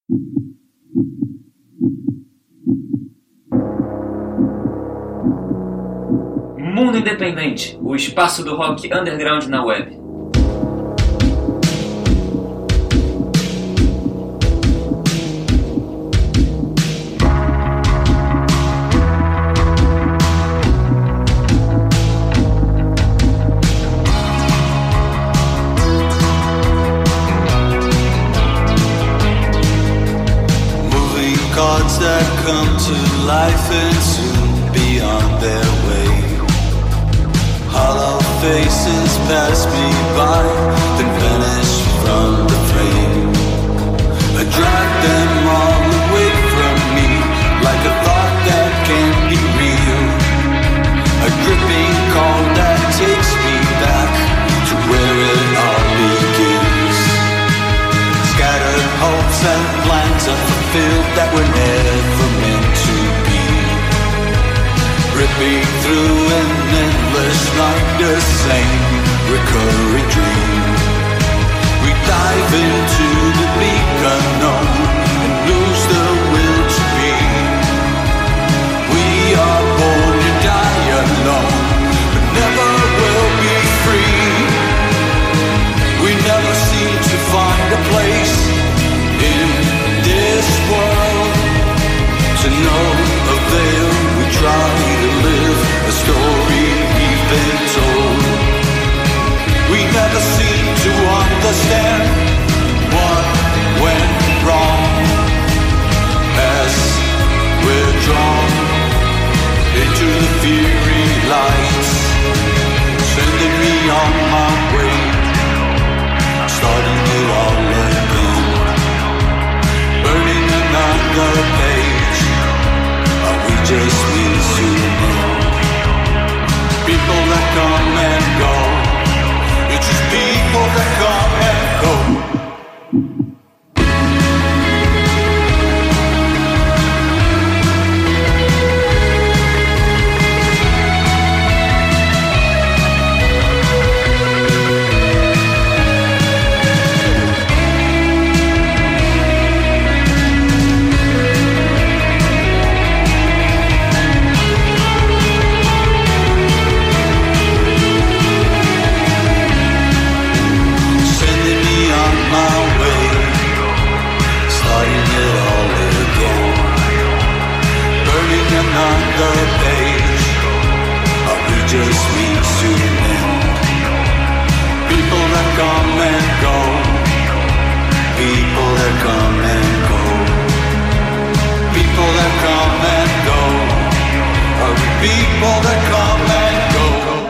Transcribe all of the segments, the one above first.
Mundo Independente, o espaço do rock underground na web. Cards that come to life and soon be on their way. Hollow faces pass me by, then vanish from the frame. I drag them all away from me, like a thought that can't be real. A gripping call that takes me back to where it all begins. Scattered hopes and plans unfulfilled that were never meant to be. Ripping through an endless night, the same recurring dream. We dive into the bleak unknown and lose the will to be. We are born to die alone, but never will be free. We never seem to find a place in this world. To no avail, we try to live a story we've been told. We never seem to understand what went wrong, as we're drawn into the fiery lights, sending me on my way, starting it all again. Burning another page, are we just human? People that come and go, it's just people that come and go. Another page, are we just means to an end? People that come and go, people that come and go, people that come and go, are we people that come and go?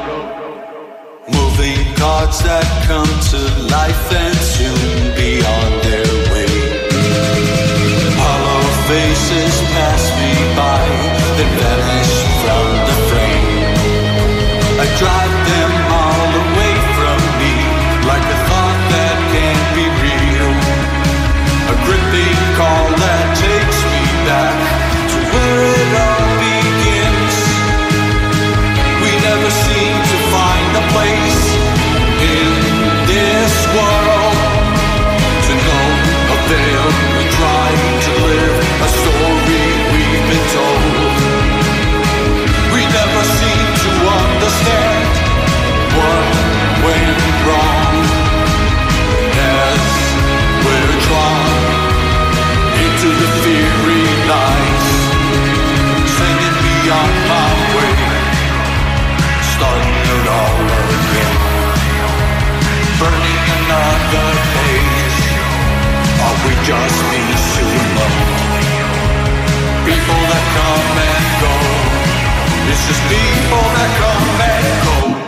Moving cards that come to life and soon be on their way. Hollow faces pass me by, then vanish from the frame. I drive them all away from me, like a thought that can't be real. A gripping call that takes me back to where it all begins. We never seem to find a place in this world. To no avail, we try to live a story we've been told. We never seem to understand what went wrong, as we're drawn into the fiery lights, sending me on my way, starting it all again. Burning another page, are we just means to know? People that come and go, it's just people that come and go.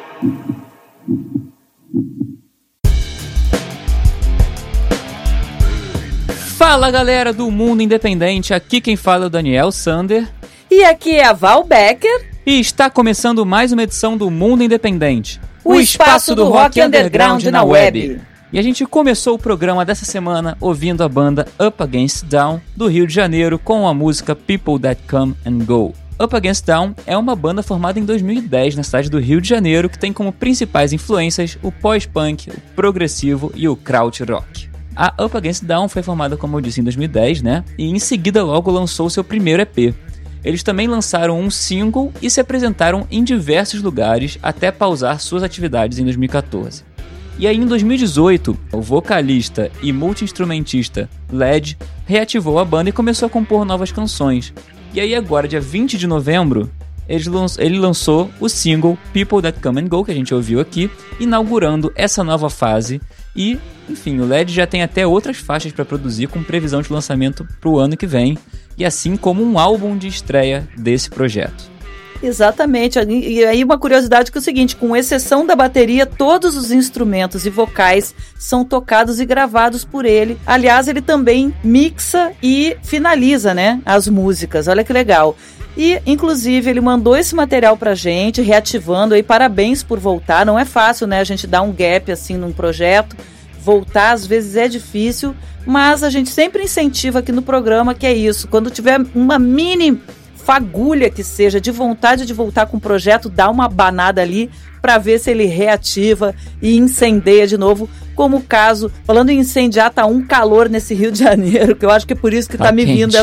Fala galera do Mundo Independente, aqui quem fala é o Daniel Sander. E aqui é a Val Becker. E está começando mais uma edição do Mundo Independente, o espaço do rock underground na web. E a gente começou o programa dessa semana ouvindo a banda Up Against Down, do Rio de Janeiro, com a música People That Come and Go. Up Against Down é uma banda formada em 2010 na cidade do Rio de Janeiro, que tem como principais influências o pós-punk, o progressivo e o krautrock. A Up Against Down foi formada, como eu disse, em 2010, né? E em seguida logo lançou seu primeiro EP. Eles também lançaram um single e se apresentaram em diversos lugares até pausar suas atividades em 2014. E aí em 2018, o vocalista e multi-instrumentista Led reativou a banda e começou a compor novas canções. E aí agora, dia 20 de novembro, ele lançou o single People That Come and Go, que a gente ouviu aqui, inaugurando essa nova fase. E, enfim, o Led já tem até outras faixas para produzir com previsão de lançamento para o ano que vem, e assim como um álbum de estreia desse projeto. Exatamente, e aí uma curiosidade que é o seguinte, com exceção da bateria, todos os instrumentos e vocais são tocados e gravados por ele. Aliás, ele também mixa e finaliza, né, as músicas, olha que legal. E, inclusive, ele mandou esse material pra gente, reativando aí, parabéns por voltar, não é fácil, né, a gente dar um gap assim num projeto, voltar às vezes é difícil, mas a gente sempre incentiva aqui no programa que é isso, quando tiver uma mini fagulha que seja de vontade de voltar com o projeto, dá uma banada ali para ver se ele reativa e incendeia de novo, como o caso, falando em incendiar, tá um calor nesse Rio de Janeiro, que eu acho que é por isso que tá me vindo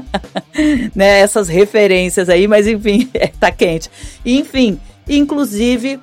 né, essas referências aí, mas enfim, tá quente. Enfim, inclusive,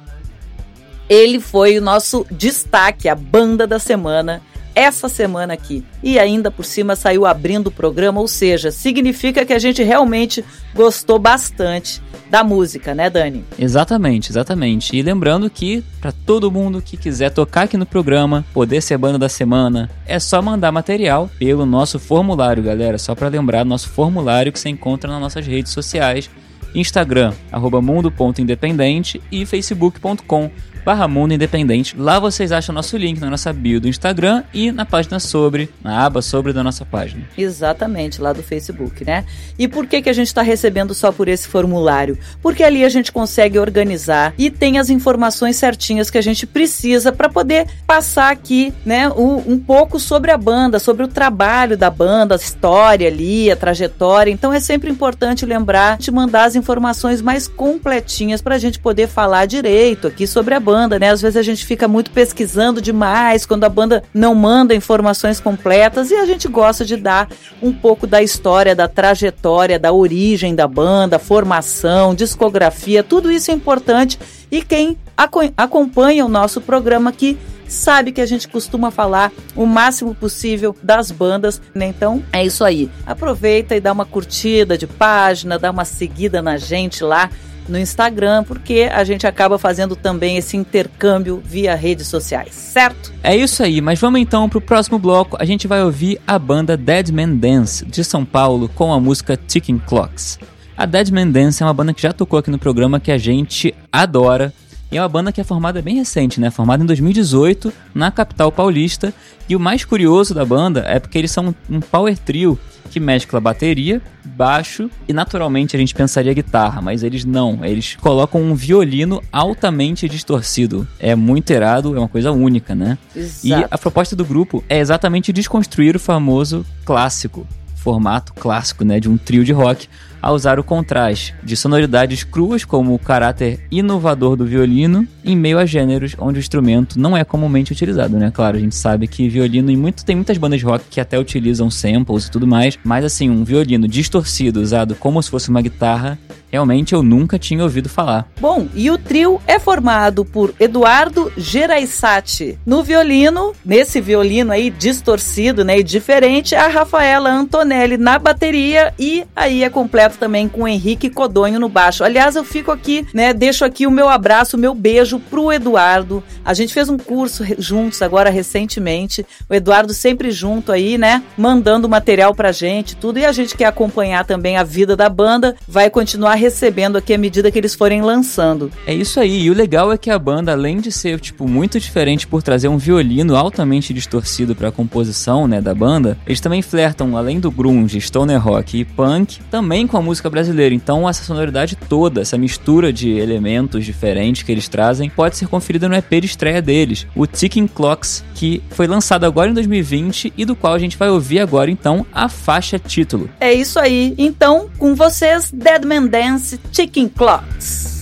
ele foi o nosso destaque, a banda da semana, essa semana aqui. E ainda por cima saiu abrindo o programa, ou seja, significa que a gente realmente gostou bastante da música, né, Dani? Exatamente. E lembrando que, para todo mundo que quiser tocar aqui no programa, poder ser banda da semana, é só mandar material pelo nosso formulário, galera. Só para lembrar, nosso formulário que você encontra nas nossas redes sociais, Instagram, @mundo.independente e facebook.com/Mundo Independente. Lá vocês acham nosso link na nossa bio do Instagram e na página na aba sobre da nossa página. Exatamente, lá do Facebook, né? E por que a gente está recebendo só por esse formulário? Porque ali a gente consegue organizar e tem as informações certinhas que a gente precisa para poder passar aqui, né, um pouco sobre a banda, sobre o trabalho da banda, a história ali, a trajetória. Então é sempre importante lembrar de mandar as informações mais completinhas para a gente poder falar direito aqui sobre a banda, né? Às vezes a gente fica muito pesquisando demais quando a banda não manda informações completas e a gente gosta de dar um pouco da história, da trajetória, da origem da banda, formação, discografia, tudo isso é importante e quem acompanha o nosso programa aqui sabe que a gente costuma falar o máximo possível das bandas, né? Então é isso aí, aproveita e dá uma curtida de página, dá uma seguida na gente lá no Instagram, porque a gente acaba fazendo também esse intercâmbio via redes sociais, certo? É isso aí, mas vamos então pro próximo bloco. A gente vai ouvir a banda Dead Man Dance, de São Paulo, com a música Ticking Clocks. A Dead Man Dance é uma banda que já tocou aqui no programa, que a gente adora. E é uma banda que é formada bem recente, né? Formada em 2018, na capital paulista. E o mais curioso da banda é porque eles são um power trio que mescla bateria, baixo e naturalmente a gente pensaria guitarra, mas eles não. Eles colocam um violino altamente distorcido. É muito irado, é uma coisa única, né? Exato. E a proposta do grupo é exatamente desconstruir o famoso clássico, formato clássico, né, de um trio de rock, a usar o contraste de sonoridades cruas como o caráter inovador do violino em meio a gêneros onde o instrumento não é comumente utilizado, né? Claro, a gente sabe que violino tem muitas bandas de rock que até utilizam samples e tudo mais, mas assim, um violino distorcido usado como se fosse uma guitarra, realmente eu nunca tinha ouvido falar. Bom, e o trio é formado por Eduardo Geraisati no violino, nesse violino aí distorcido, né, e diferente, a Rafaela Antonelli na bateria e aí é completo também com o Henrique Codonho no baixo. Aliás, eu fico aqui, né, deixo aqui o meu abraço, o meu beijo pro Eduardo. A gente fez um curso juntos agora recentemente, o Eduardo sempre junto aí, né, mandando material pra gente, tudo, e a gente quer acompanhar também a vida da banda, vai continuar recebendo aqui à medida que eles forem lançando. É isso aí, e o legal é que a banda, além de ser, tipo, muito diferente por trazer um violino altamente distorcido pra composição, né, da banda, eles também flertam, além do grunge, stoner rock e punk, também com a música brasileira. Então essa sonoridade toda, essa mistura de elementos diferentes que eles trazem, pode ser conferida no EP de estreia deles, o Ticking Clocks, que foi lançado agora em 2020 e do qual a gente vai ouvir agora então a faixa título. É isso aí, então com vocês, Dead Man Dance, Ticking Clocks.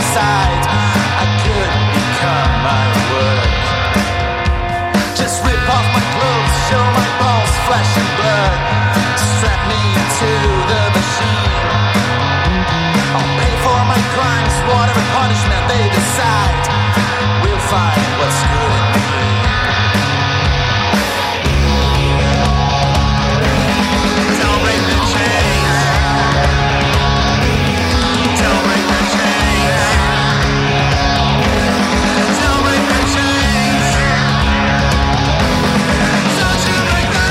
decide I could become my work. Just rip off my clothes, show my balls, flesh and blood. Strap me to the machine. I'll pay for my crimes, whatever punishment they decide. We'll find what's good in me. Don't break the chains. Don't break the chains. Don't break the chains. Don't you break the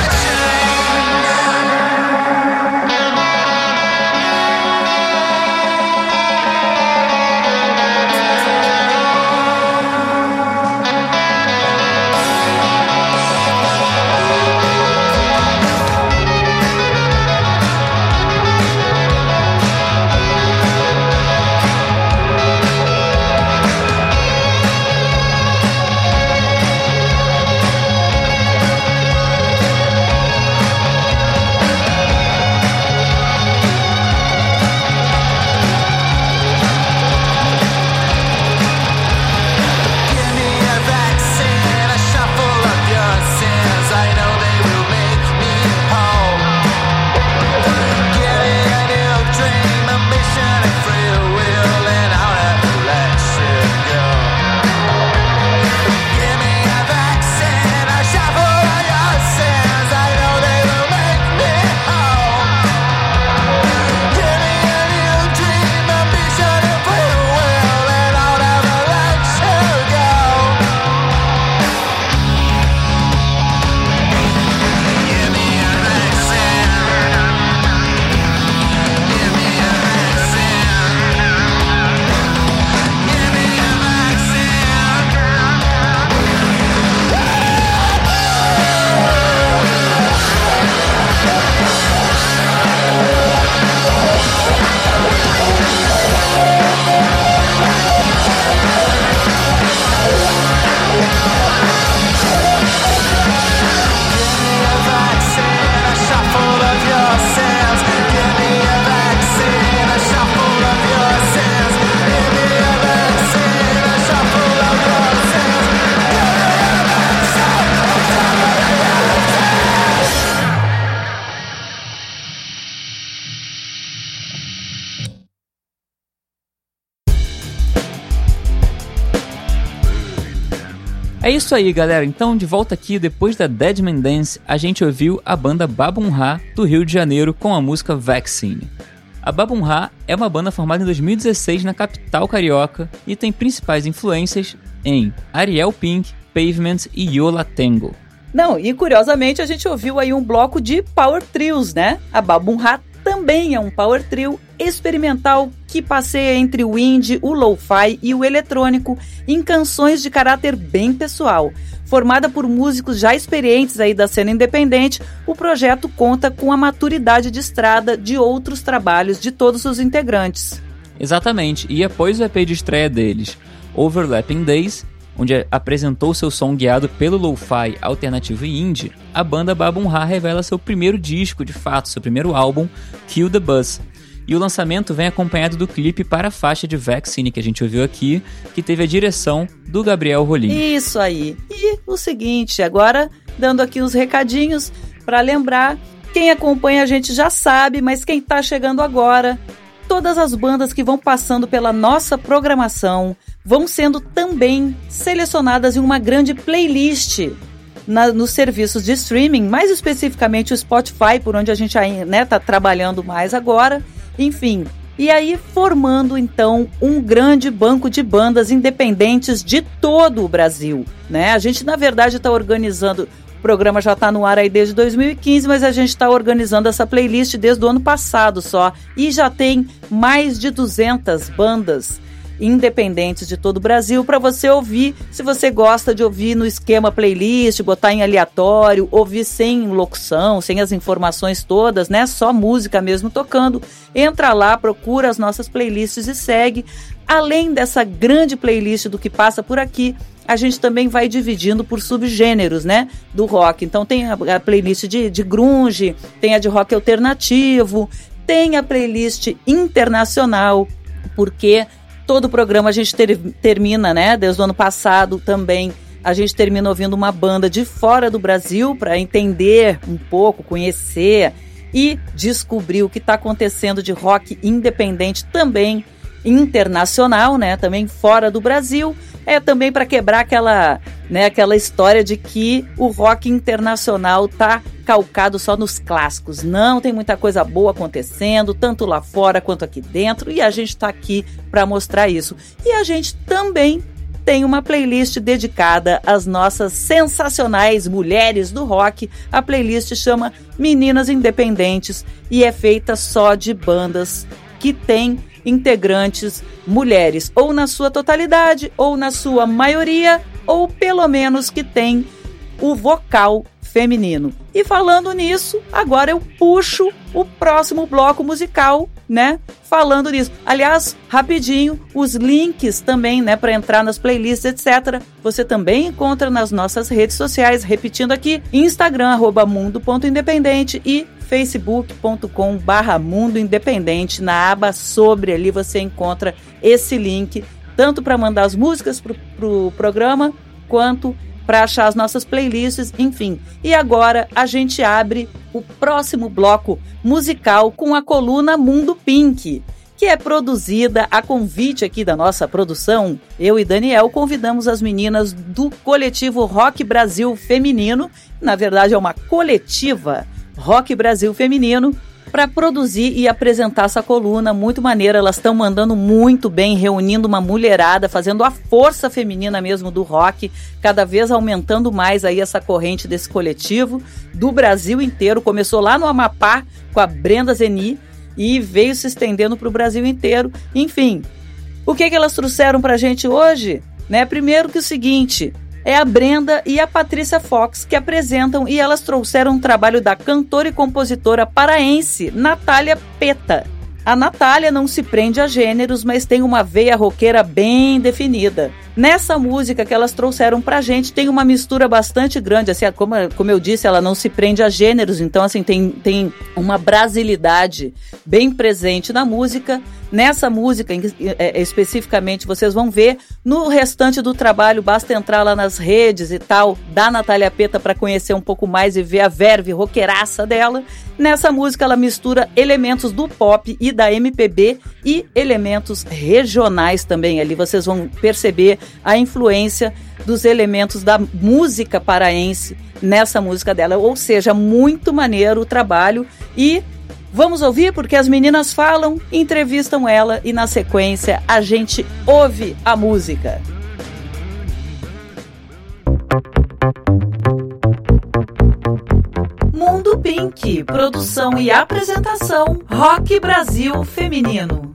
É isso aí, galera. Então, de volta aqui, depois da Dead Man Dance, a gente ouviu a banda Babum Rá, do Rio de Janeiro, com a música Vaccine. A Babum Rá é uma banda formada em 2016 na capital carioca e tem principais influências em Ariel Pink, Pavement e Yo La Tengo. Não, e curiosamente a gente ouviu aí um bloco de power trios, né? A Babum Rá também é um power trio experimental que passeia entre o indie, o lo-fi e o eletrônico em canções de caráter bem pessoal. Formada por músicos já experientes aí da cena independente, o projeto conta com a maturidade de estrada de outros trabalhos de todos os integrantes. Exatamente, e após o EP de estreia deles, Overlapping Days, onde apresentou seu som guiado pelo lo-fi alternativo e indie, a banda Babum Rá revela seu primeiro disco, de fato, seu primeiro álbum, Kill the Buzz. E o lançamento vem acompanhado do clipe para a faixa de Vaccine, que a gente ouviu aqui, que teve a direção do Gabriel Rolim. Isso aí. E o seguinte, agora dando aqui uns recadinhos para lembrar, quem acompanha a gente já sabe, mas quem está chegando agora, todas as bandas que vão passando pela nossa programação vão sendo também selecionadas em uma grande playlist nos serviços de streaming, mais especificamente o Spotify, por onde a gente está trabalhando mais agora. Enfim, e aí formando então um grande banco de bandas independentes de todo o Brasil, né? A gente na verdade está organizando, o programa já está no ar aí desde 2015, mas a gente está organizando essa playlist desde o ano passado só, e já tem mais de 200 bandas independentes de todo o Brasil para você ouvir, se você gosta de ouvir no esquema playlist, botar em aleatório, ouvir sem locução, sem as informações todas, né? Só música mesmo tocando. Entra lá, procura as nossas playlists e segue. Além dessa grande playlist do que passa por aqui, a gente também vai dividindo por subgêneros, né, do rock. Então tem a playlist de grunge, tem a de rock alternativo, tem a playlist internacional, porque todo o programa a gente termina, né? Desde o ano passado também, a gente termina ouvindo uma banda de fora do Brasil para entender um pouco, conhecer e descobrir o que está acontecendo de rock independente também internacional, né? Também fora do Brasil. Também para quebrar aquela história de que o rock internacional tá calcado só nos clássicos. Não, tem muita coisa boa acontecendo, tanto lá fora quanto aqui dentro, e a gente está aqui para mostrar isso. E a gente também tem uma playlist dedicada às nossas sensacionais mulheres do rock. A playlist chama Meninas Independentes e é feita só de bandas que têm integrantes mulheres, ou na sua totalidade, ou na sua maioria, ou pelo menos que tem o vocal feminino. E falando nisso, agora eu puxo o próximo bloco musical, né? Falando nisso. Aliás, rapidinho, os links também, né, para entrar nas playlists, etc. Você também encontra nas nossas redes sociais, repetindo aqui, Instagram, @mundo.independente e facebook.com/Mundo Independente. Na aba sobre ali você encontra esse link, tanto para mandar as músicas pro programa, quanto para achar as nossas playlists, enfim. E agora a gente abre o próximo bloco musical com a coluna Mundo Pink, que é produzida a convite aqui da nossa produção. Eu e Daniel convidamos as meninas do coletivo Rock Brasil Feminino, na verdade é uma coletiva Rock Brasil Feminino, para produzir e apresentar essa coluna muito maneira. Elas estão mandando muito bem, reunindo uma mulherada, fazendo a força feminina mesmo do rock, cada vez aumentando mais aí essa corrente desse coletivo do Brasil inteiro. Começou lá no Amapá com a Brenda Zeni e veio se estendendo para o Brasil inteiro. Enfim, o que elas trouxeram para a gente hoje? Né? Primeiro que o seguinte, é a Brenda e a Patrícia Fox que apresentam, e elas trouxeram um trabalho da cantora e compositora paraense Natália Peta. A Natália não se prende a gêneros, mas tem uma veia roqueira bem definida. Nessa música que elas trouxeram pra gente, tem uma mistura bastante grande, assim, como eu disse, ela não se prende a gêneros, então assim, tem uma brasilidade bem presente na música. Nessa música, especificamente, vocês vão ver. No restante do trabalho, basta entrar lá nas redes e tal, da Natália Peta, para conhecer um pouco mais e ver a verve roqueiraça dela. Nessa música, ela mistura elementos do pop e da MPB e elementos regionais também. Ali vocês vão perceber a influência dos elementos da música paraense nessa música dela. Ou seja, muito maneiro o trabalho. E vamos ouvir, porque as meninas falam, entrevistam ela e na sequência a gente ouve a música. Mundo Pink, produção e apresentação, Rock Brasil Feminino.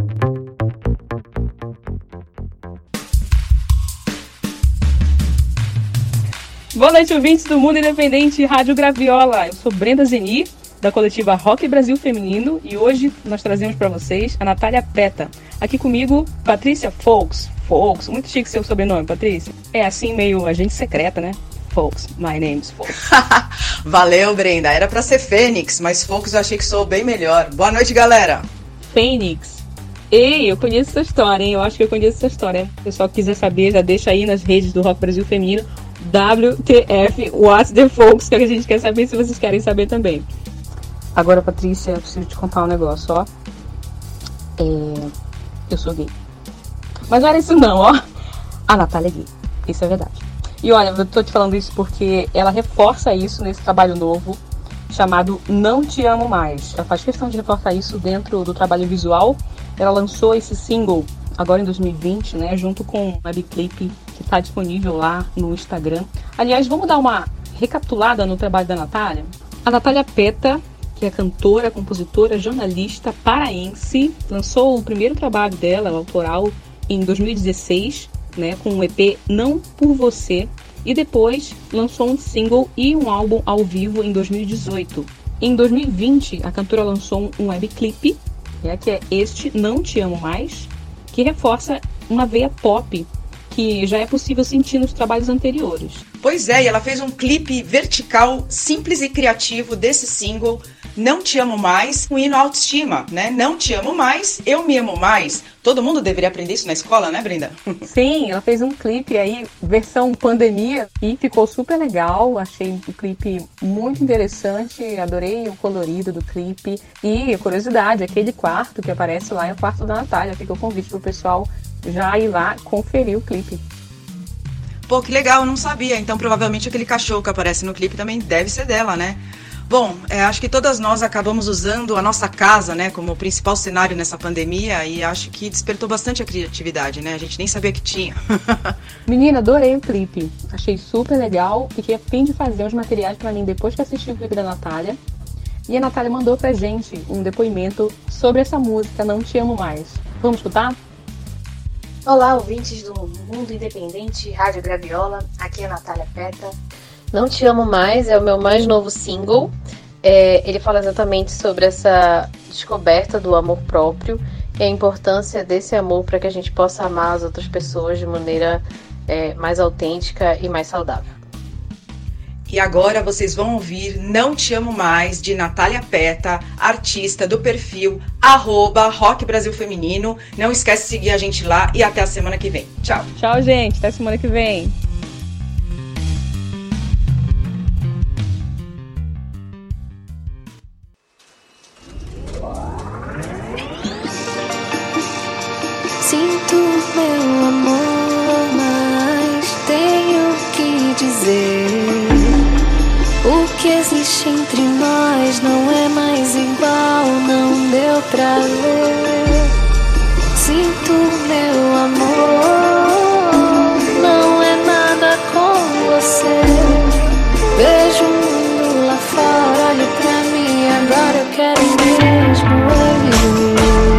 Boa noite, ouvintes do Mundo Independente Rádio Graviola. Eu sou Brenda Zeni, da coletiva Rock Brasil Feminino, e hoje nós trazemos para vocês a Natália Peta. Aqui comigo, Patrícia Fox. Fox, muito chique seu sobrenome, Patrícia. É assim, meio agente secreta, né? Fox, my name's Fox. Valeu, Brenda. Era pra ser Fênix, mas Fox eu achei que sou bem melhor. Boa noite, galera. Fênix. Ei, eu conheço essa história, hein? Eu acho que eu conheço essa história. Se o pessoal quiser saber, já deixa aí nas redes do Rock Brasil Feminino. WTF, What's the Fox, que a gente quer saber, se vocês querem saber também. Agora, Patrícia, eu preciso te contar um negócio, ó. Eu sou gay. Mas não era isso não, ó. A Natália é gay. Isso é verdade. E olha, eu tô te falando isso porque ela reforça isso nesse trabalho novo chamado Não Te Amo Mais. Ela faz questão de reforçar isso dentro do trabalho visual. Ela lançou esse single agora em 2020, né? Junto com um webclip que tá disponível lá no Instagram. Aliás, vamos dar uma recapitulada no trabalho da Natália? A Natália Peta, que é cantora, compositora, jornalista paraense, lançou o primeiro trabalho dela, autoral, em 2016, né, com o EP Não Por Você, e depois lançou um single e um álbum ao vivo em 2018. Em 2020, a cantora lançou um webclip, que é este Não Te Amo Mais, que reforça uma veia pop que já é possível sentir nos trabalhos anteriores. Pois é, e ela fez um clipe vertical, simples e criativo desse single, Não Te Amo Mais, um hino à autoestima, né? Não te amo mais, eu me amo mais. Todo mundo deveria aprender isso na escola, né, Brenda? Sim, ela fez um clipe aí, versão pandemia, e ficou super legal. Achei o clipe muito interessante, adorei o colorido do clipe. E, curiosidade, aquele quarto que aparece lá é o quarto da Natália. Fica o convite pro pessoal já ir lá conferir o clipe. Pô, que legal, eu não sabia. Então, provavelmente, aquele cachorro que aparece no clipe também deve ser dela, né? Bom, acho que todas nós acabamos usando a nossa casa, né, como principal cenário nessa pandemia e acho que despertou bastante a criatividade, né? A gente nem sabia que tinha. Menina, adorei o clipe. Achei super legal. Fiquei a fim de fazer uns materiais pra mim depois que assisti o clipe da Natália. E a Natália mandou pra gente um depoimento sobre essa música, Não Te Amo Mais. Vamos escutar? Olá, ouvintes do Mundo Independente, Rádio Graviola. Aqui é a Natália Peta. Não Te Amo Mais é o meu mais novo single. Ele fala exatamente sobre essa descoberta do amor próprio e a importância desse amor para que a gente possa amar as outras pessoas de maneira mais autêntica e mais saudável. E agora vocês vão ouvir Não Te Amo Mais, de Natália Peta, artista do perfil @Rock Brasil Feminino. Não esquece de seguir a gente lá e até a semana que vem. Tchau. Tchau, gente. Até semana que vem. Sinto meu amor, mas tenho que dizer: o que existe entre nós não é mais igual, não deu pra ver. Sinto meu amor, não é nada com você. Vejo o mundo lá fora, olhe pra mim, agora eu quero mesmo eu.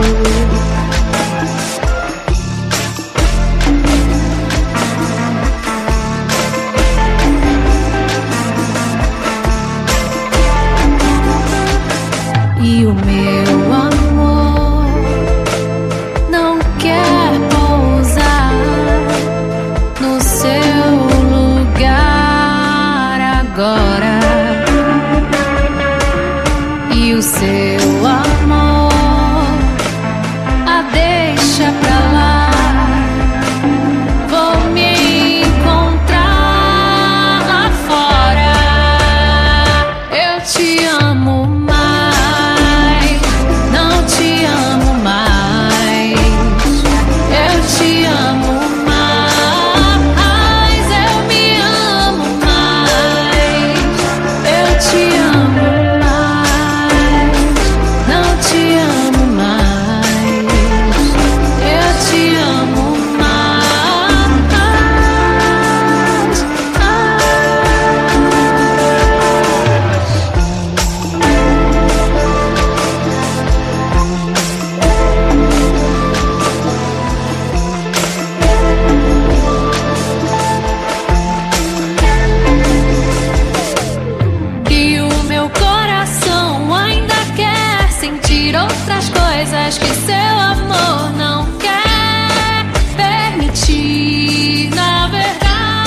E o meu amor não quer pousar no seu lugar agora. E o seu amor deixa pra lá. Vou me encontrar lá fora. Eu te amo mais, não te amo mais. Eu te amo mais, eu me amo mais. Eu te amo mais, não te amo mais. Eu te amo e o meu coração ainda quer sentir outras coisas que seu amor não quer permitir, na verdade.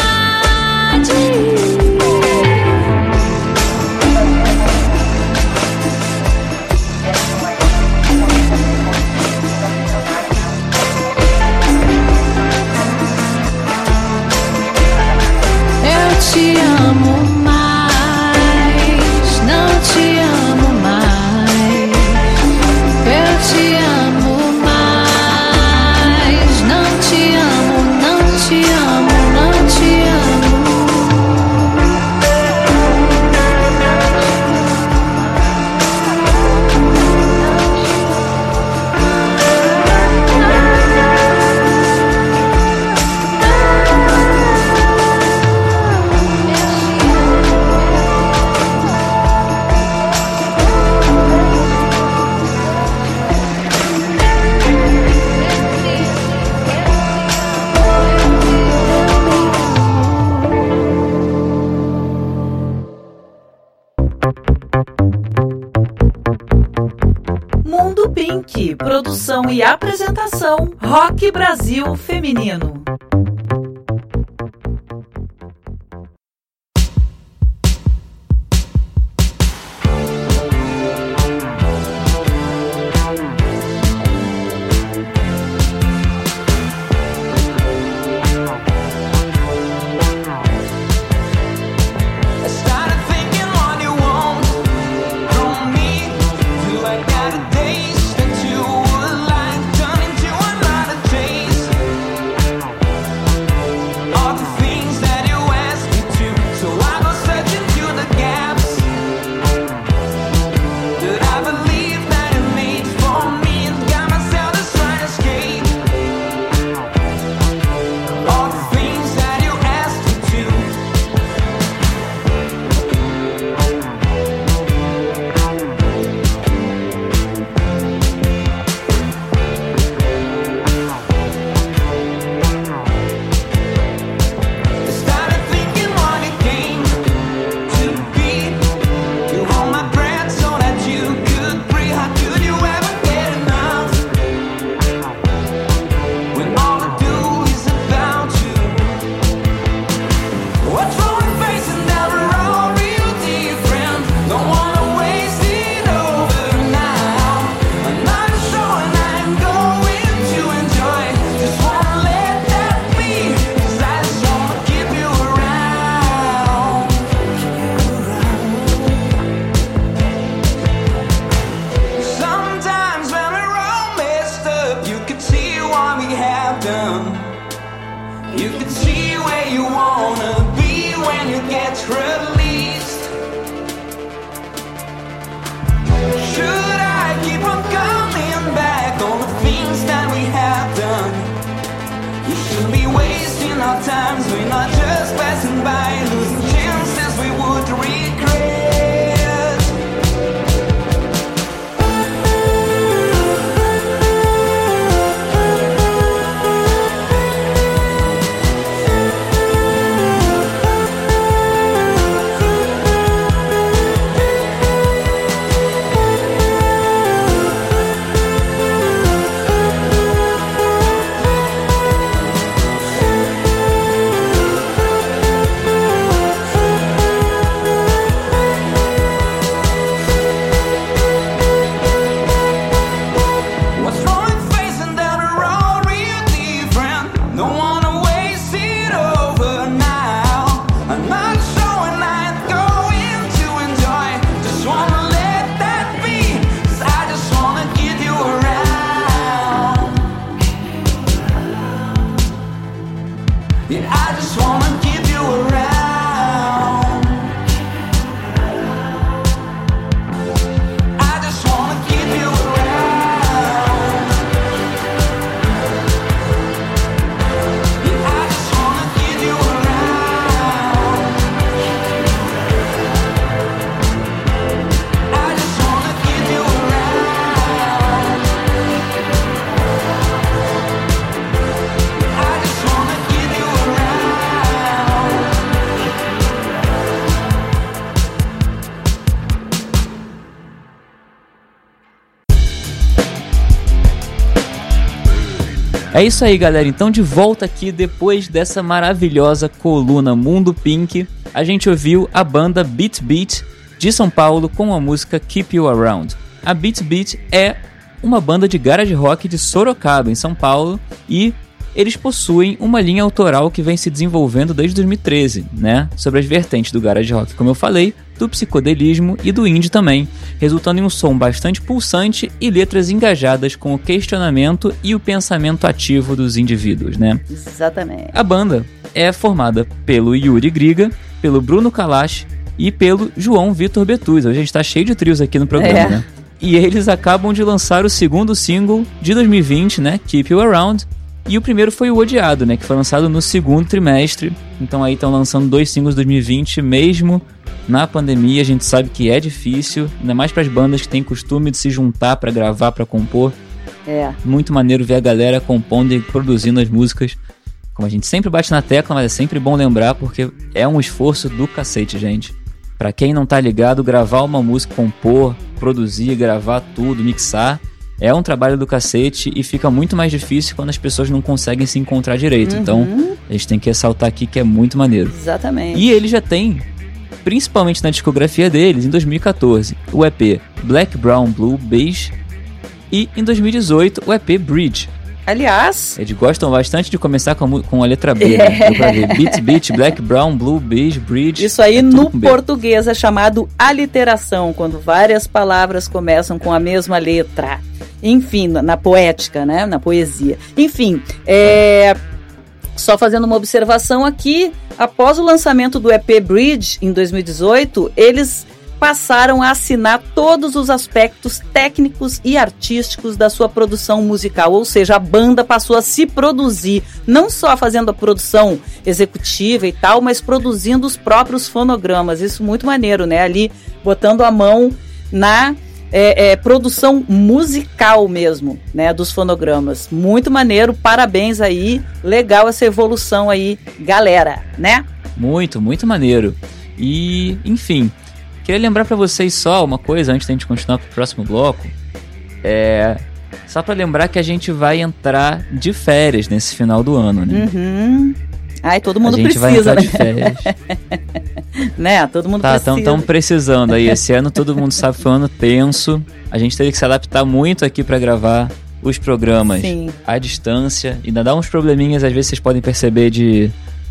Eu te amo mais, não te amo mais. Eu te amo mais, não te amo, não te amo, não te amo. Mundo Pink, produção e apresentação, Rock Brasil Feminino. You can see where you wanna be when you get released. Should I keep on coming back on the things that we have done? You shouldn't be wasting our times. We're not just passing by, losing chances we would regret. É isso aí, galera. Então, de volta aqui, depois dessa maravilhosa coluna Mundo Pink, a gente ouviu a banda Beat Beat de São Paulo com a música Keep You Around. A Beat Beat é uma banda de garage rock de Sorocaba, em São Paulo, e eles possuem uma linha autoral que vem se desenvolvendo desde 2013, né? Sobre as vertentes do garage rock, como eu falei, do psicodelismo e do indie também, resultando em um som bastante pulsante e letras engajadas com o questionamento e o pensamento ativo dos indivíduos, né? Exatamente. A banda é formada pelo Yuri Griga, pelo Bruno Kalash e pelo João Vitor Betuz. Hoje a gente tá cheio de trios aqui no programa, né? E eles acabam de lançar o segundo single de 2020, né? Keep You Around. E o primeiro foi o Odiado, né? Que foi lançado no segundo trimestre. Então aí estão lançando 2 singles 2020, mesmo na pandemia. A gente sabe que é difícil, ainda mais para as bandas que têm costume de se juntar para gravar, para compor. É. Muito maneiro ver a galera compondo e produzindo as músicas. Como a gente sempre bate na tecla, mas é sempre bom lembrar, porque é um esforço do cacete, gente. Pra quem não tá ligado, gravar uma música, compor, produzir, gravar tudo, mixar, é um trabalho do cacete e fica muito mais difícil quando as pessoas não conseguem se encontrar direito. Então, a gente tem que ressaltar aqui que é muito maneiro. Exatamente. E ele já tem, principalmente na discografia deles, em 2014, o EP Black, Brown, Blue, Beige, e em 2018, o EP Bridge. Aliás, Eles gostam bastante de começar com a letra B, né? Deu pra ver. Beat, Beat, Black, Brown, Blue, Beige, Bridge. isso aí tudo no com B. português é chamado aliteração, quando várias palavras começam com a mesma letra. Enfim, na poética, né? Na poesia. Enfim, só fazendo uma observação aqui, após o lançamento do EP Bridge, em 2018, eles passaram a assinar todos os aspectos técnicos e artísticos da sua produção musical, ou seja, a banda passou a se produzir, não só fazendo a produção executiva e tal, mas produzindo os próprios fonogramas. Isso muito maneiro, né? Ali botando a mão na produção musical mesmo, né? Dos fonogramas. Muito maneiro, parabéns aí, legal essa evolução aí, galera, né? Muito, muito maneiro. E, enfim, queria lembrar pra vocês só uma coisa, antes da gente continuar pro próximo bloco. Só pra lembrar que a gente vai entrar de férias nesse final do ano, né? Uhum. Ai, todo mundo a gente precisa, vai entrar né? de férias. Né? Todo mundo precisa. Estão precisando aí. Esse ano todo mundo sabe, foi um ano tenso. A gente teve que se adaptar muito aqui pra gravar os programas Sim. à distância. Ainda dá uns probleminhas, às vezes vocês podem perceber de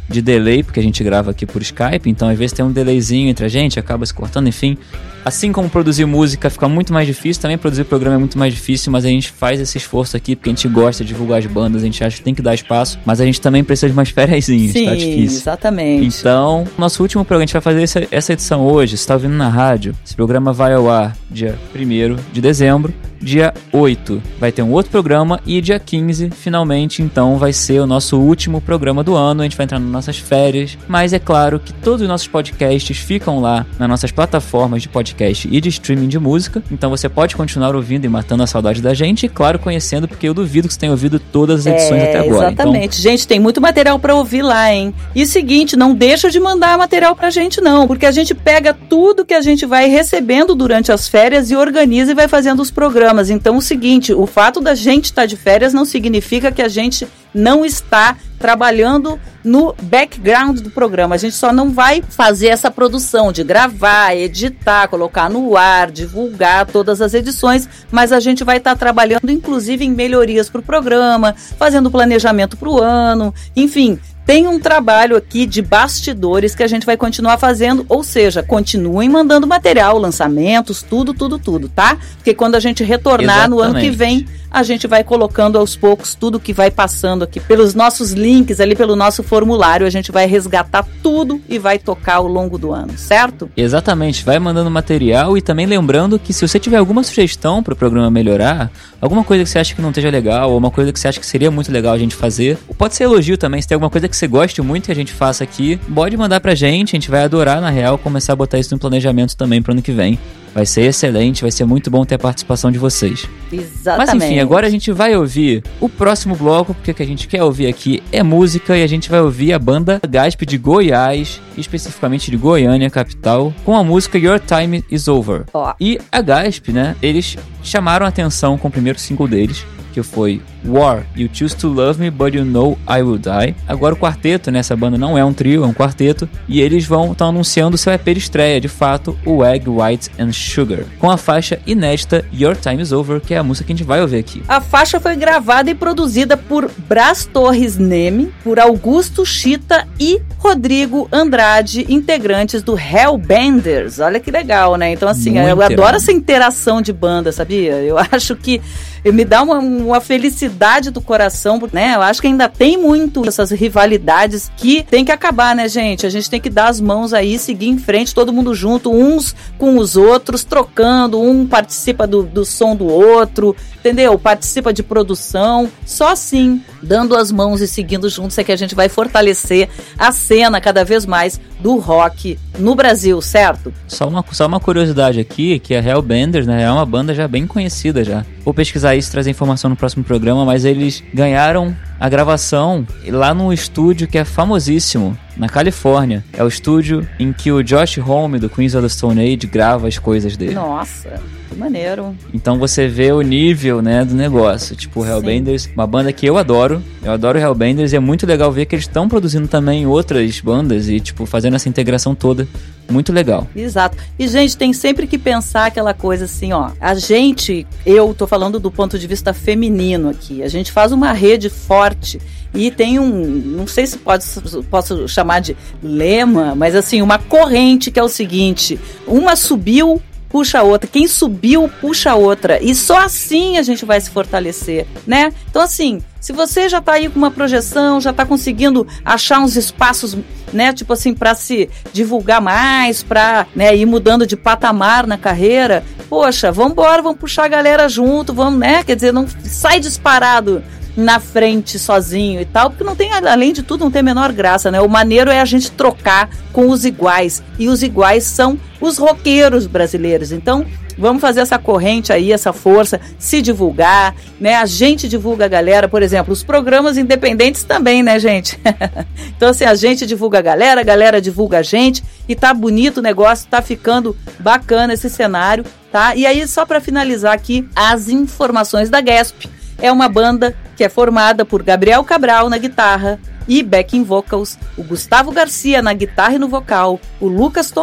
de delay, porque a gente grava aqui por Skype, então às vezes tem um delayzinho entre a gente, acaba se cortando, enfim. Assim como produzir música fica muito mais difícil, também produzir programa é muito mais difícil, mas a gente faz esse esforço aqui porque a gente gosta de divulgar as bandas, a gente acha que tem que dar espaço, mas a gente também precisa de umas fériasinhas, Sim, tá difícil. Exatamente. Então, nosso último programa, a gente vai fazer essa edição hoje, você tá ouvindo na rádio, esse programa vai ao ar dia 1º de dezembro, dia 8 vai ter um outro programa e dia 15, finalmente, então, vai ser o nosso último programa do ano, a gente vai entrar nas nossas férias, mas é claro que todos os nossos podcasts ficam lá nas nossas plataformas de podcast e de streaming de música, então você pode continuar ouvindo e matando a saudade da gente, e claro, conhecendo, porque eu duvido que você tenha ouvido todas as edições até agora. Exatamente. Então, gente, tem muito material pra ouvir lá, hein? E seguinte, não deixa de mandar material pra gente não, porque a gente pega tudo que a gente vai recebendo durante as férias e organiza e vai fazendo os programas. Então, o seguinte, o fato da gente estar de férias não significa que a gente não está trabalhando no background do programa. A gente só não vai fazer essa produção de gravar, editar, colocar no ar, divulgar todas as edições, mas a gente vai estar trabalhando inclusive em melhorias para o programa, fazendo planejamento para o ano, enfim. Tem um trabalho aqui de bastidores que a gente vai continuar fazendo, ou seja, continuem mandando material, lançamentos, tudo, tá? Porque quando a gente retornar no ano que vem, a gente vai colocando aos poucos tudo que vai passando aqui pelos nossos links, ali pelo nosso formulário, a gente vai resgatar tudo e vai tocar ao longo do ano, certo? Exatamente, vai mandando material e também lembrando que se você tiver alguma sugestão para o programa melhorar, alguma coisa que você acha que não esteja legal, ou uma coisa que você acha que seria muito legal a gente fazer, pode ser elogio também, se tem alguma coisa que você goste muito que a gente faça aqui, pode mandar pra gente, a gente vai adorar, na real, começar a botar isso no planejamento também pro ano que vem. Vai ser excelente, vai ser muito bom ter a participação de vocês. Exatamente. Mas enfim, agora a gente vai ouvir o próximo bloco, porque o que a gente quer ouvir aqui é música, e a gente vai ouvir a banda Gasp de Goiás, especificamente de Goiânia, capital, com a música Your Time Is Over. E a Gasp, né, eles chamaram a atenção com o primeiro single deles, que foi War, You Choose to Love Me, But You Know I Will Die. Agora o quarteto, né, essa banda não é um trio, é um quarteto, e eles estão anunciando o seu EP de estreia, de fato, o Egg, White and Sugar, com a faixa inédita Your Time Is Over, que é a música que a gente vai ouvir aqui. A faixa foi gravada e produzida por Brás Torres Neme, por Augusto Chita e Rodrigo Andrade, integrantes do Hellbenders. Olha que legal, né? Então assim, eu adoro essa interação de banda, sabia? Eu acho que me dá uma felicidade do coração, né? Eu acho que ainda tem muito essas rivalidades que tem que acabar, né, gente? A gente tem que dar as mãos aí, seguir em frente, todo mundo junto, uns com os outros, trocando, um participa do som do outro, entendeu? Participa de produção, só assim, dando as mãos e seguindo juntos é que a gente vai fortalecer a cena cada vez mais do rock no Brasil, certo? Só uma curiosidade aqui, que a Hellbenders, né, é uma banda já bem conhecida já. Vou pesquisar isso e trazer informação no próximo programa, mas eles ganharam a gravação lá num estúdio que é famosíssimo, na Califórnia. É o estúdio em que o Josh Homme, do Queens of the Stone Age, grava as coisas dele. Nossa, que maneiro. Então você vê o nível, né, do negócio. Tipo, o Hellbenders, uma banda que eu adoro Hellbenders, e é muito legal ver que eles estão produzindo também outras bandas e, tipo, fazendo essa integração toda. Muito legal. Exato. E, gente, tem sempre que pensar aquela coisa assim, ó. A gente, eu tô falando do ponto de vista feminino aqui, a gente faz uma rede forte e tem não sei se posso chamar de lema, mas assim, uma corrente que é o seguinte: uma subiu, puxa a outra, quem subiu, puxa a outra, e só assim a gente vai se fortalecer, né? Então assim, se você já tá aí com uma projeção, já tá conseguindo achar uns espaços, né, tipo assim, para se divulgar mais, para, né, ir mudando de patamar na carreira, poxa, vambora, vamos puxar a galera junto, vamos, né, quer dizer, não sai disparado na frente sozinho e tal, porque não tem, além de tudo, não tem a menor graça, né? O maneiro é a gente trocar com os iguais, e os iguais são os roqueiros brasileiros. Então, vamos fazer essa corrente aí, essa força, se divulgar, né? A gente divulga a galera, por exemplo, os programas independentes também, né, gente? Então, assim, a gente divulga a galera divulga a gente, e tá bonito o negócio, tá ficando bacana esse cenário, tá? E aí, só para finalizar aqui, as informações da Gasp. É uma banda que é formada por Gabriel Cabral na guitarra e backing vocals, o Gustavo Garcia na guitarra e no vocal, o Lucas Tomé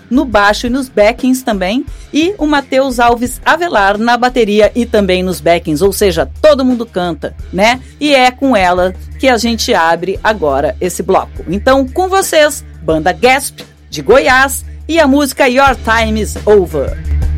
no baixo e nos backings também, e o Matheus Alves Avelar na bateria e também nos backings, ou seja, todo mundo canta, né? E é com ela que a gente abre agora esse bloco. Então, com vocês, banda Gasp, de Goiás, e a música Your Time Is Over.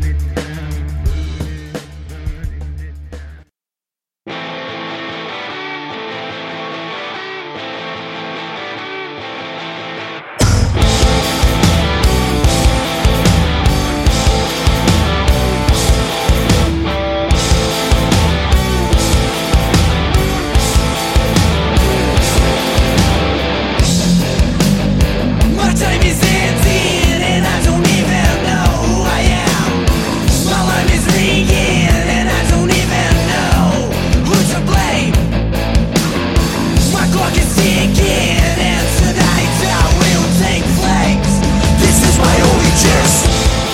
My time is ending and I don't even know who I am. My life is ringing and I don't even know who to blame. My clock is ticking and tonight I will take flames. This is my only chance.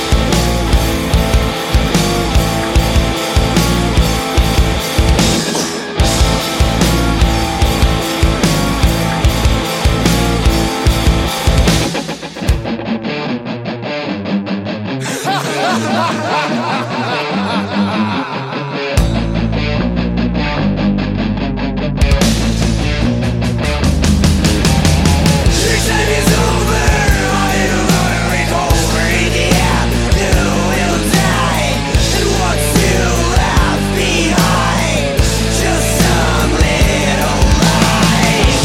Your time is over. I will it over in the end. You will die, and what's you left behind? Just some little lies.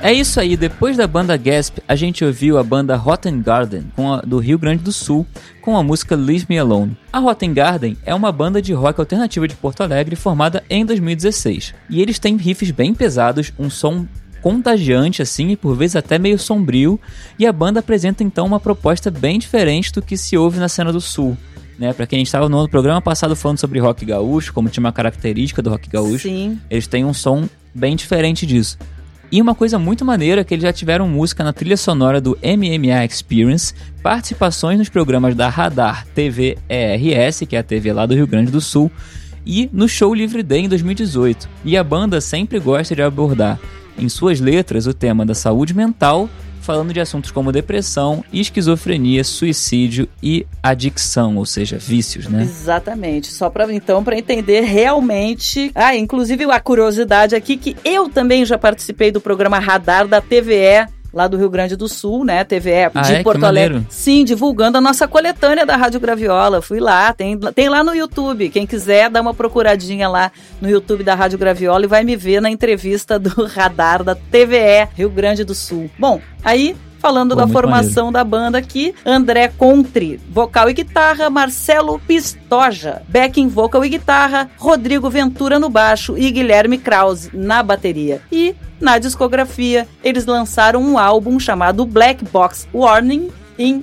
É isso aí, depois da banda Gasp, a gente ouviu a banda Rotten Garden, do Rio Grande do Sul, com a música Leave Me Alone. A Rotten Garden é uma banda de rock alternativa de Porto Alegre formada em 2016. E eles têm riffs bem pesados, um som contagiante assim e por vezes até meio sombrio, e a banda apresenta então uma proposta bem diferente do que se ouve na cena do Sul. Né, pra quem estava no programa passado falando sobre rock gaúcho, como tinha uma característica do rock gaúcho, Sim. Eles têm um som bem diferente disso. E uma coisa muito maneira é que eles já tiveram música na trilha sonora do MMA Experience, participações nos programas da Radar TV ERS, que é a TV lá do Rio Grande do Sul, e no Show Livre Day em 2018. E a banda sempre gosta de abordar em suas letras o tema da saúde mental, falando de assuntos como depressão, esquizofrenia, suicídio e adicção, ou seja, vícios, né? Exatamente. Só para entender realmente... inclusive a curiosidade aqui que eu também já participei do programa Radar da TVE, lá do Rio Grande do Sul, né? TVE de Porto Alegre. Sim, divulgando a nossa coletânea da Rádio Graviola. Fui lá, tem lá no YouTube. Quem quiser, dá uma procuradinha lá no YouTube da Rádio Graviola e vai me ver na entrevista do Radar da TVE Rio Grande do Sul. Bom, aí... Falando da formação da banda aqui, André Contri, vocal e guitarra, Marcelo Pistoja, backing vocal e guitarra, Rodrigo Ventura no baixo e Guilherme Krause na bateria. E, na discografia, eles lançaram um álbum chamado Black Box Warning em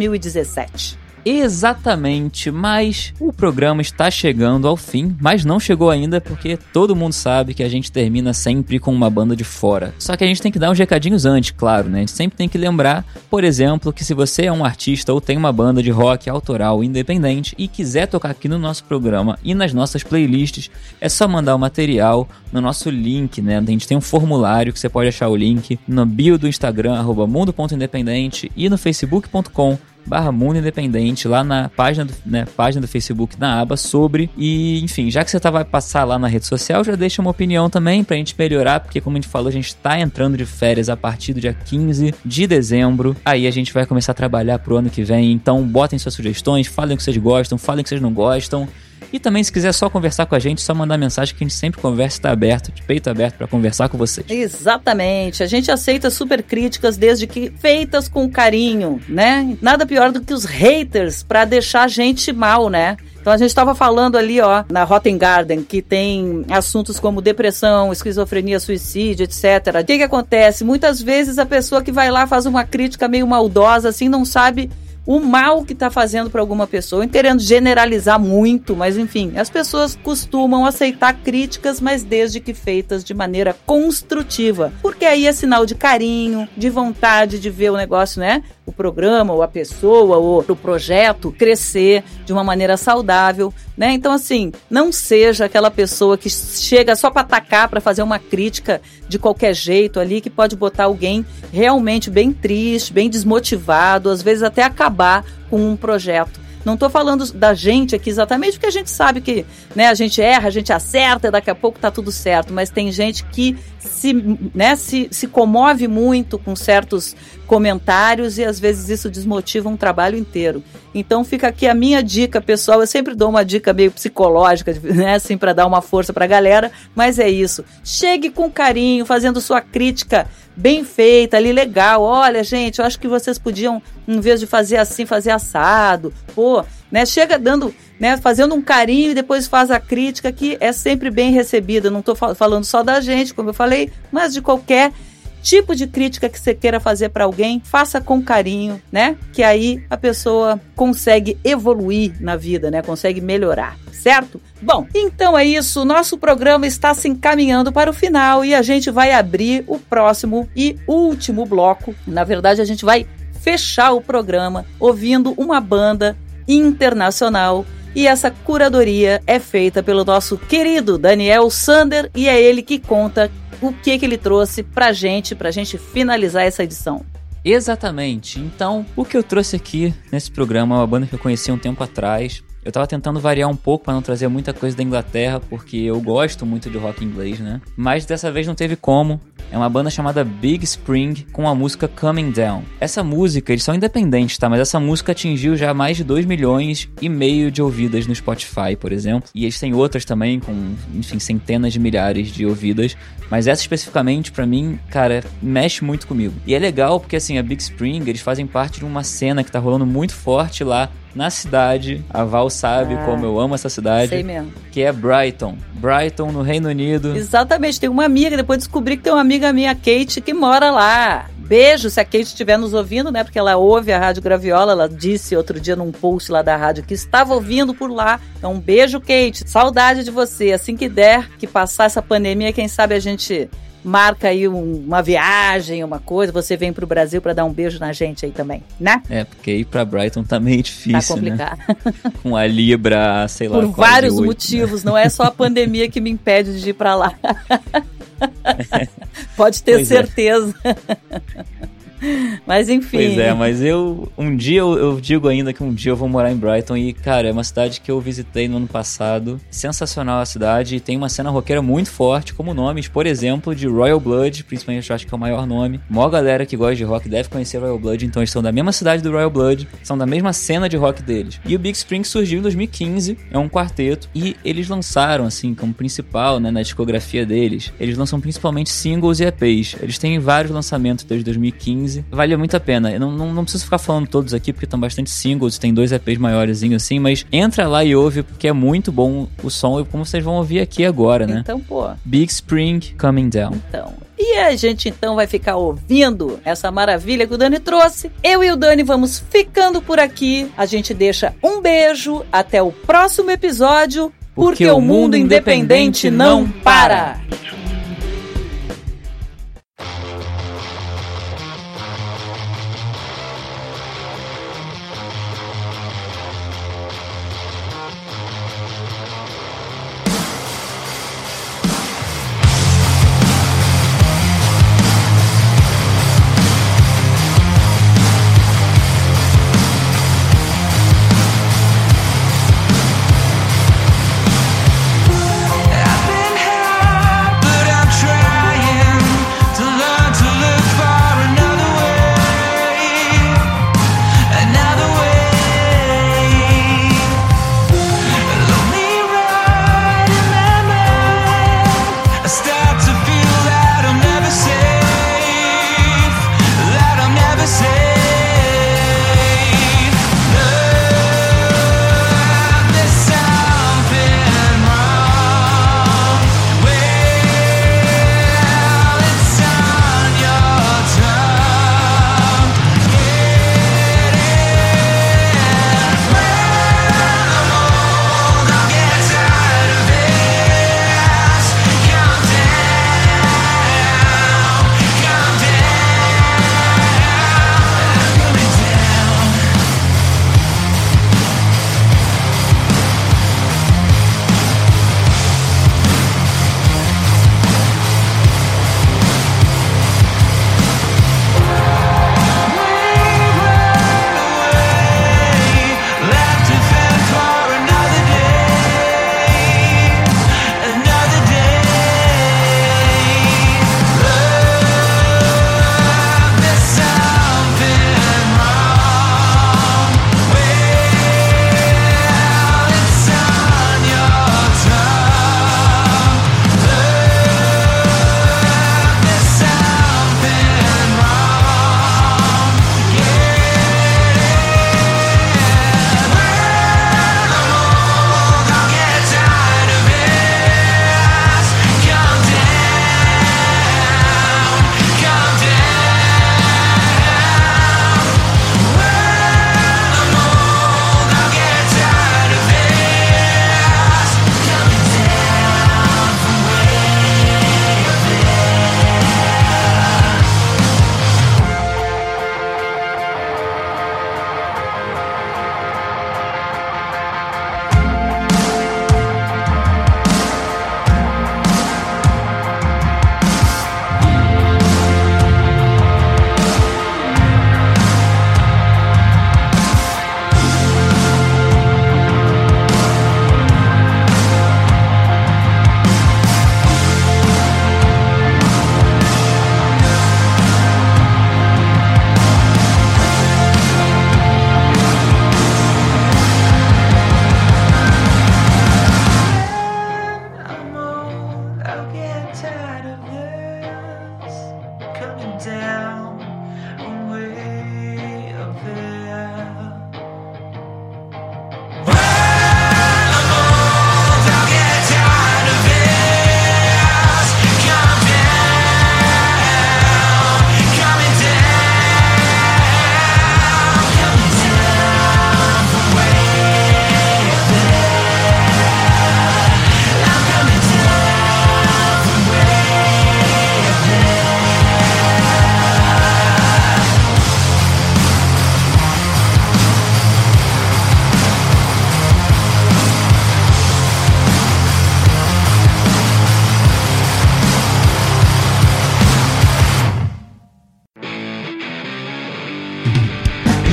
2017. Exatamente, mas o programa está chegando ao fim, mas não chegou ainda porque todo mundo sabe que a gente termina sempre com uma banda de fora. Só que a gente tem que dar uns recadinhos antes, claro, né? A gente sempre tem que lembrar, por exemplo, que se você é um artista ou tem uma banda de rock autoral independente e quiser tocar aqui no nosso programa e nas nossas playlists, é só mandar o material no nosso link, né? A gente tem um formulário que você pode achar o link no bio do Instagram, @mundo.independente e no facebook.com/Mundo Independente, lá na página do Facebook, na aba sobre. E, enfim, já que você vai passar lá na rede social, já deixa uma opinião também pra gente melhorar, porque como a gente falou, a gente tá entrando de férias a partir do dia 15 de dezembro. Aí a gente vai começar a trabalhar pro ano que vem. Então botem suas sugestões, falem o que vocês gostam, falem o que vocês não gostam. E também, se quiser só conversar com a gente, só mandar mensagem que a gente sempre conversa, tá aberto, de peito aberto pra conversar com vocês. Exatamente. A gente aceita super críticas desde que feitas com carinho, né? Nada pior do que os haters pra deixar a gente mal, né? Então a gente estava falando ali, na Rotten Garden, que tem assuntos como depressão, esquizofrenia, suicídio, etc. O que acontece? Muitas vezes a pessoa que vai lá faz uma crítica meio maldosa, assim, não sabe o mal que está fazendo para alguma pessoa, querendo generalizar muito, mas enfim, as pessoas costumam aceitar críticas, mas desde que feitas de maneira construtiva, porque aí é sinal de carinho, de vontade de ver o negócio, né? O programa, ou a pessoa, ou o projeto crescer de uma maneira saudável, né? Então, assim, não seja aquela pessoa que chega só para atacar, para fazer uma crítica de qualquer jeito ali, que pode botar alguém realmente bem triste, bem desmotivado, às vezes até acabar com um projeto. Não estou falando da gente aqui exatamente porque a gente sabe que, né, a gente erra, a gente acerta, daqui a pouco tá tudo certo, mas tem gente que se comove muito com certos comentários e às vezes isso desmotiva um trabalho inteiro. Então fica aqui a minha dica, pessoal. Eu sempre dou uma dica meio psicológica, né, assim, para dar uma força pra galera, mas é isso. Chegue com carinho, fazendo sua crítica bem feita ali, legal. Olha, gente, eu acho que vocês podiam, em vez de fazer assim, fazer assado. Pô, né, chega dando, né, fazendo um carinho e depois faz a crítica, que é sempre bem recebida. Não estou falando só da gente, como eu falei, mas de qualquer tipo de crítica que você queira fazer para alguém, faça com carinho, né? Que aí a pessoa consegue evoluir na vida, né? Consegue melhorar, certo? Bom, então é isso. Nosso programa está se encaminhando para o final e a gente vai abrir o próximo e último bloco. Na verdade, a gente vai fechar o programa ouvindo uma banda internacional. E essa curadoria é feita pelo nosso querido Daniel Sander e é ele que conta o que ele trouxe pra gente finalizar essa edição. Exatamente. Então, o que eu trouxe aqui nesse programa é uma banda que eu conheci um tempo atrás. Eu tava tentando variar um pouco pra não trazer muita coisa da Inglaterra, porque eu gosto muito de rock inglês, né? Mas dessa vez não teve como. É uma banda chamada Big Spring com a música Coming Down. Essa música, eles são independentes, tá? Mas essa música atingiu já mais de 2,5 milhões de ouvidas no Spotify, por exemplo. E eles têm outras também com, enfim, centenas de milhares de ouvidas. Mas essa especificamente, pra mim, cara, mexe muito comigo. E é legal porque, assim, a Big Spring, eles fazem parte de uma cena que tá rolando muito forte lá na cidade. A Val sabe como eu amo essa cidade. Sei mesmo. Que é Brighton. Brighton, no Reino Unido. Exatamente, tem uma amiga, depois descobri que tem uma amiga minha, Kate, que mora lá. Beijo, se a Kate estiver nos ouvindo, né? Porque ela ouve a Rádio Graviola, ela disse outro dia num post lá da rádio que estava ouvindo por lá. Então, um beijo, Kate. Saudade de você. Assim que der, que passar essa pandemia, quem sabe a gente marca aí uma viagem, uma coisa. Você vem pro Brasil pra dar um beijo na gente aí também, né? É, porque ir pra Brighton tá meio difícil, tá complicado, né? Com a Libra, sei lá, por vários motivos, né? Não é só a pandemia que me impede de ir pra lá. Pode ter certeza. Mas enfim. Pois é, mas eu digo ainda que um dia eu vou morar em Brighton e, cara, é uma cidade que eu visitei no ano passado. Sensacional a cidade e tem uma cena roqueira muito forte, como nomes, por exemplo, de Royal Blood, principalmente eu acho que é o maior nome. A maior galera que gosta de rock deve conhecer Royal Blood, então eles são da mesma cidade do Royal Blood, são da mesma cena de rock deles. E o Big Spring surgiu em 2015, é um quarteto, e eles lançaram, assim, como principal, né, na discografia deles, eles lançam principalmente singles e EPs. Eles têm vários lançamentos desde 2015. Vale muito a pena. Eu não preciso ficar falando todos aqui, porque estão bastante singles, tem 2 EPs maiorzinhos assim, mas entra lá e ouve, porque é muito bom o som, como vocês vão ouvir aqui agora, né? Então, pô. Big Spring, Coming Down. Então, e a gente então vai ficar ouvindo essa maravilha que o Dani trouxe. Eu e o Dani vamos ficando por aqui. A gente deixa um beijo, até o próximo episódio, porque o mundo independente não para! I've been hurt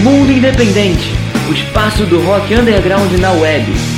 Mundo Independente, o espaço do rock underground na web.